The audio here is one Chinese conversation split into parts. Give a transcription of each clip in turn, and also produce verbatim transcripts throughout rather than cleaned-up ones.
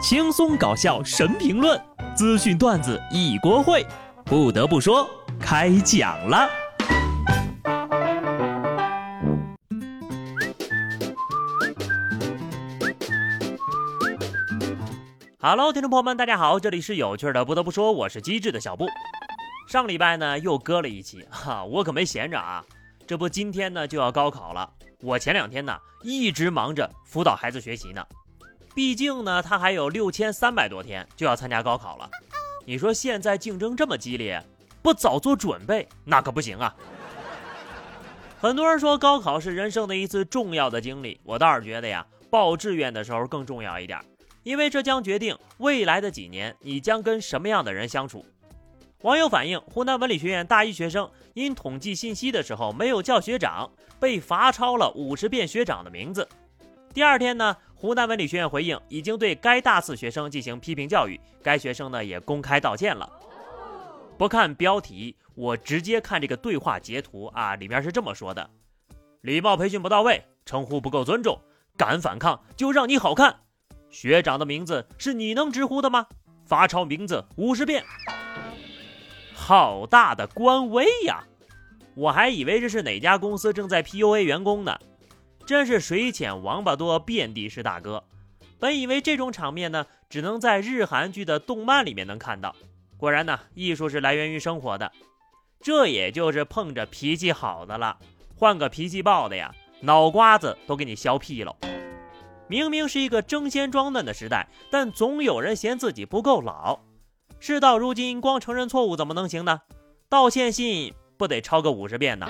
轻松搞笑神评论，资讯段子一锅烩。不得不说，开讲了。Hello， 听众朋友们，大家好，这里是有趣的。不得不说，我是机智的小布。上礼拜呢又割了一期哈，我可没闲着啊。这不今天呢就要高考了，我前两天呢一直忙着辅导孩子学习呢。毕竟呢他还有六千三百多天就要参加高考了。你说现在竞争这么激烈，不早做准备那可不行啊。很多人说高考是人生的一次重要的经历，我倒是觉得呀，报志愿的时候更重要一点。因为这将决定未来的几年你将跟什么样的人相处。网友反映，湖南文理学院大一学生因统计信息的时候没有叫学长，被罚抄了五十遍学长的名字。第二天呢，湖南文理学院回应，已经对该大四学生进行批评教育，该学生呢也公开道歉了。不看标题，我直接看这个对话截图啊，里面是这么说的：礼貌培训不到位，称呼不够尊重，敢反抗就让你好看。学长的名字是你能直呼的吗？罚抄名字五十遍。好大的官威呀！我还以为这是哪家公司正在 P U A 员工呢。真是水浅王八多，遍地是大哥。本以为这种场面呢，只能在日韩剧的动漫里面能看到。果然呢，艺术是来源于生活的。这也就是碰着脾气好的了，换个脾气暴的呀，脑瓜子都给你削屁了。明明是一个争先装嫩的时代，但总有人嫌自己不够老。事到如今，光承认错误怎么能行呢？道歉信不得抄个五十遍呢？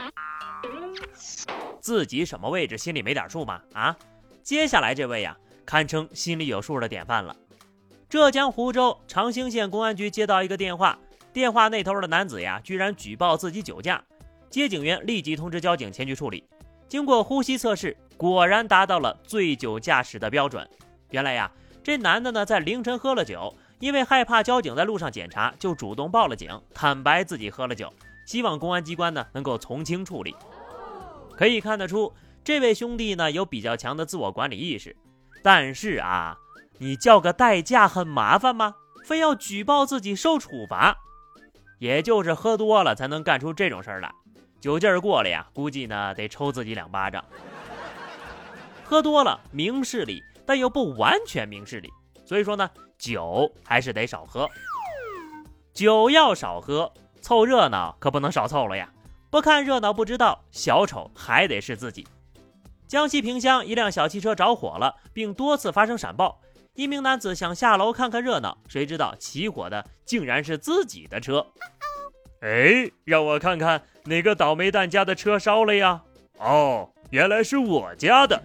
自己什么位置心里没点数吗？啊，接下来这位呀，堪称心里有数的典范了。浙江湖州长兴县公安局接到一个电话，电话那头的男子呀，居然举报自己酒驾，接警员立即通知交警前去处理。经过呼吸测试，果然达到了醉酒驾驶的标准。原来呀，这男的呢在凌晨喝了酒，因为害怕交警在路上检查，就主动报了警，坦白自己喝了酒，希望公安机关呢能够从轻处理。可以看得出，这位兄弟呢有比较强的自我管理意识。但是啊，你叫个代驾很麻烦吗？非要举报自己受处罚？也就是喝多了才能干出这种事儿来。酒劲儿过了呀，估计呢得抽自己两巴掌。喝多了明事理，但又不完全明事理，所以说呢，酒还是得少喝。酒要少喝，凑热闹可不能少凑了呀。不看热闹不知道，小丑还得是自己。江西萍乡一辆小汽车着火了，并多次发生闪爆。一名男子想下楼看看热闹，谁知道起火的竟然是自己的车。哎，让我看看哪个倒霉蛋家的车烧了呀？哦，原来是我家的。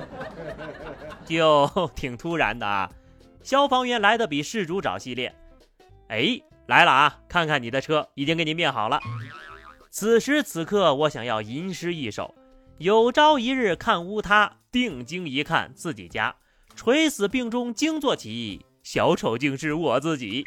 就挺突然的啊。消防员来的比事主早系列。哎，来了啊，看看你的车已经给你灭好了。此时此刻，我想要吟诗一首：有朝一日看屋塌，定睛一看自己家，垂死病中惊坐起，小丑竟是我自己。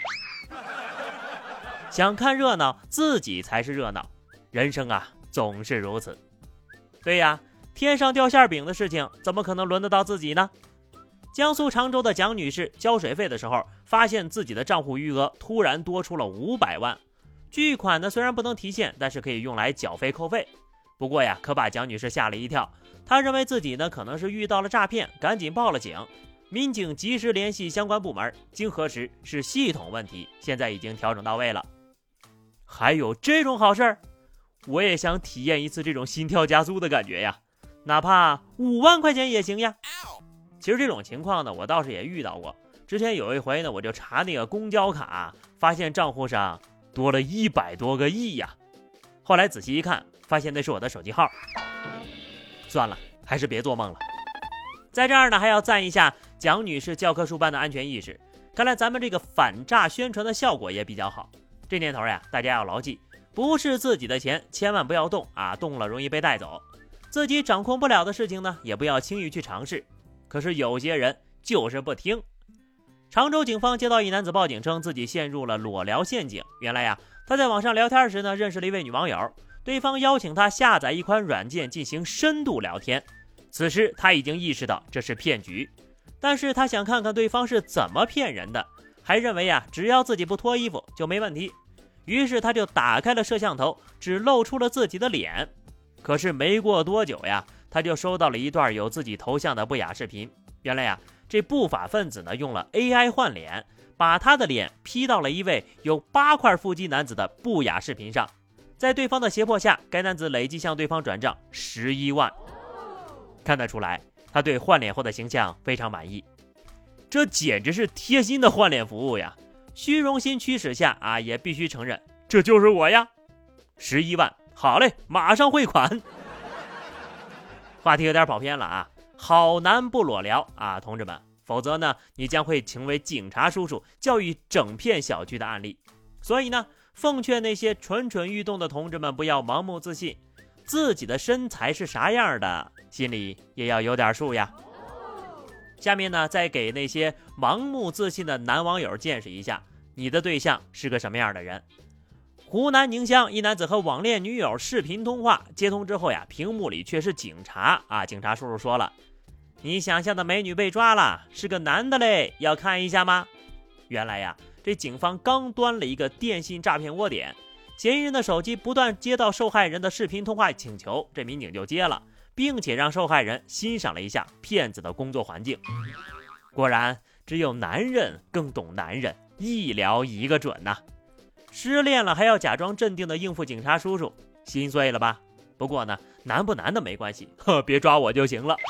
想看热闹，自己才是热闹。人生啊，总是如此。对呀，天上掉馅饼的事情，怎么可能轮得到自己呢？江苏常州的蒋女士交水费的时候，发现自己的账户余额突然多出了五百万。巨款呢虽然不能提现，但是可以用来缴费扣费。不过呀，可把蒋女士吓了一跳。她认为自己呢可能是遇到了诈骗，赶紧报了警。民警及时联系相关部门，经核实是系统问题，现在已经调整到位了。还有这种好事儿？我也想体验一次这种心跳加速的感觉呀，哪怕五万块钱也行呀。其实这种情况呢，我倒是也遇到过。之前有一回呢，我就查那个公交卡，发现账户上多了一百多个亿呀。后来仔细一看，发现那是我的手机号。算了，还是别做梦了。在这儿呢，还要赞一下蒋女士教科书般的安全意识。看来咱们这个反诈宣传的效果也比较好。这年头呀，大家要牢记，不是自己的钱千万不要动啊，动了容易被带走。自己掌控不了的事情呢，也不要轻易去尝试。可是有些人就是不听。常州警方接到一男子报警称自己陷入了裸聊陷阱。原来呀，他在网上聊天时呢，认识了一位女网友，对方邀请他下载一款软件进行深度聊天。此时他已经意识到这是骗局， 但是他想看看对方是怎么骗人的，还认为呀，只要自己不脱衣服就没问题。于是他就打开了摄像头，只露出了自己的脸。可是没过多久呀，他就收到了一段有自己头像的不雅视频。原来呀，这不法分子呢用了 A I 换脸，把他的脸 P 到了一位有八块腹肌男子的不雅视频上。在对方的胁迫下，该男子累计向对方转账十一万。看得出来，他对换脸后的形象非常满意。这简直是贴心的换脸服务呀！虚荣心驱使下啊，也必须承认，这就是我呀！十一万，好嘞，马上汇款。话题有点跑偏了啊，好男不裸聊啊，同志们，否则呢，你将会成为警察叔叔教育整片小区的案例。所以呢，奉劝那些蠢蠢欲动的同志们不要盲目自信，自己的身材是啥样的，心里也要有点数呀。下面呢，再给那些盲目自信的男网友见识一下，你的对象是个什么样的人。湖南宁乡一男子和网恋女友视频通话，接通之后呀，屏幕里却是警察啊！警察叔叔说了，你想象的美女被抓了，是个男的嘞，要看一下吗？原来呀，这警方刚端了一个电信诈骗窝点，嫌疑人的手机不断接到受害人的视频通话请求，这民警就接了，并且让受害人欣赏了一下骗子的工作环境。果然，只有男人更懂男人，一聊一个准呐、啊！失恋了还要假装镇定的应付警察叔叔，心碎了吧？不过呢，难不难的没关系，呵，别抓我就行了。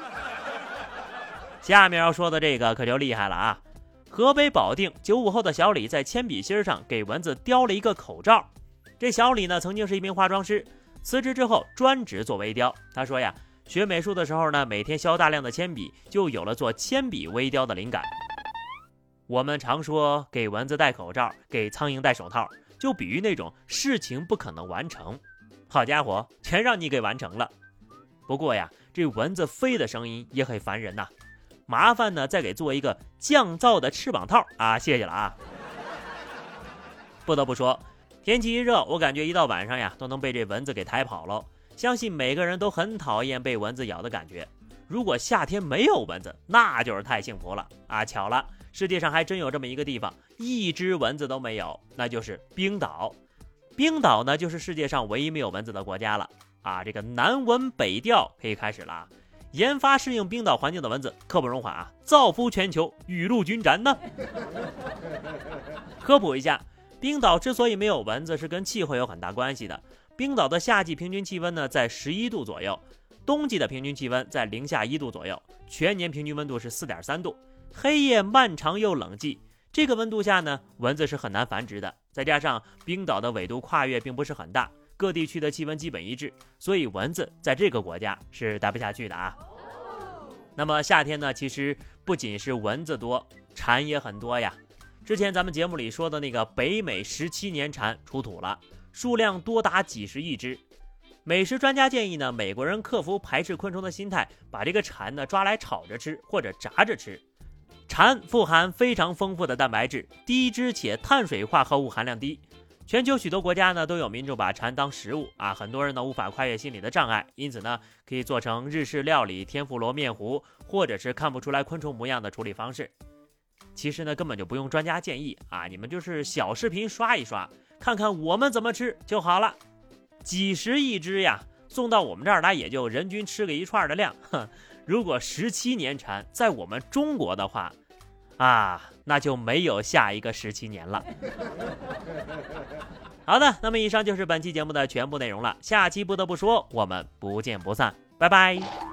下面要说的这个可就厉害了啊！河北保定九五后的小李在铅笔芯上给蚊子雕了一个口罩。这小李呢，曾经是一名化妆师，辞职之后专职做微雕。他说呀，学美术的时候呢，每天削大量的铅笔，就有了做铅笔微雕的灵感。我们常说给蚊子戴口罩，给苍蝇戴手套，就比喻那种事情不可能完成。好家伙，全让你给完成了。不过呀，这蚊子飞的声音也很烦人呐、啊。麻烦呢，再给做一个降噪的翅膀套啊，谢谢了啊。不得不说，天气一热，我感觉一到晚上呀，都能被这蚊子给抬跑了。相信每个人都很讨厌被蚊子咬的感觉。如果夏天没有蚊子，那就是太幸福了啊！巧了，世界上还真有这么一个地方，一只蚊子都没有，那就是冰岛。冰岛呢，就是世界上唯一没有蚊子的国家了啊！这个南蚊北调可以开始了。研发适应冰岛环境的蚊子，刻不容缓啊！造福全球，雨露均沾呢。科普一下，冰岛之所以没有蚊子，是跟气候有很大关系的。冰岛的夏季平均气温呢在十一度左右，冬季的平均气温在零下一度左右，全年平均温度是 四点三度。黑夜漫长又冷寂，这个温度下呢，蚊子是很难繁殖的。再加上冰岛的纬度跨越并不是很大，各地区的气温基本一致，所以蚊子在这个国家是待不下去的啊。那么夏天呢，其实不仅是蚊子多，蝉也很多呀。之前咱们节目里说的那个北美十七年蝉出土了，数量多达几十亿只。美食专家建议呢，美国人克服排斥昆虫的心态，把这个蝉呢抓来炒着吃或者炸着吃。蝉富含非常丰富的蛋白质，低脂且碳水化合物含量低。全球许多国家呢都有民众把蝉当食物啊，很多人呢无法跨越心理的障碍，因此呢可以做成日式料理天妇罗面糊，或者是看不出来昆虫模样的处理方式。其实呢根本就不用专家建议啊，你们就是小视频刷一刷，看看我们怎么吃就好了。几十亿只呀，送到我们这儿来也就人均吃个一串的量。哼，如果十七年蝉在我们中国的话啊，那就没有下一个十七年了。好的，那么以上就是本期节目的全部内容了，下期不得不说，我们不见不散，拜拜。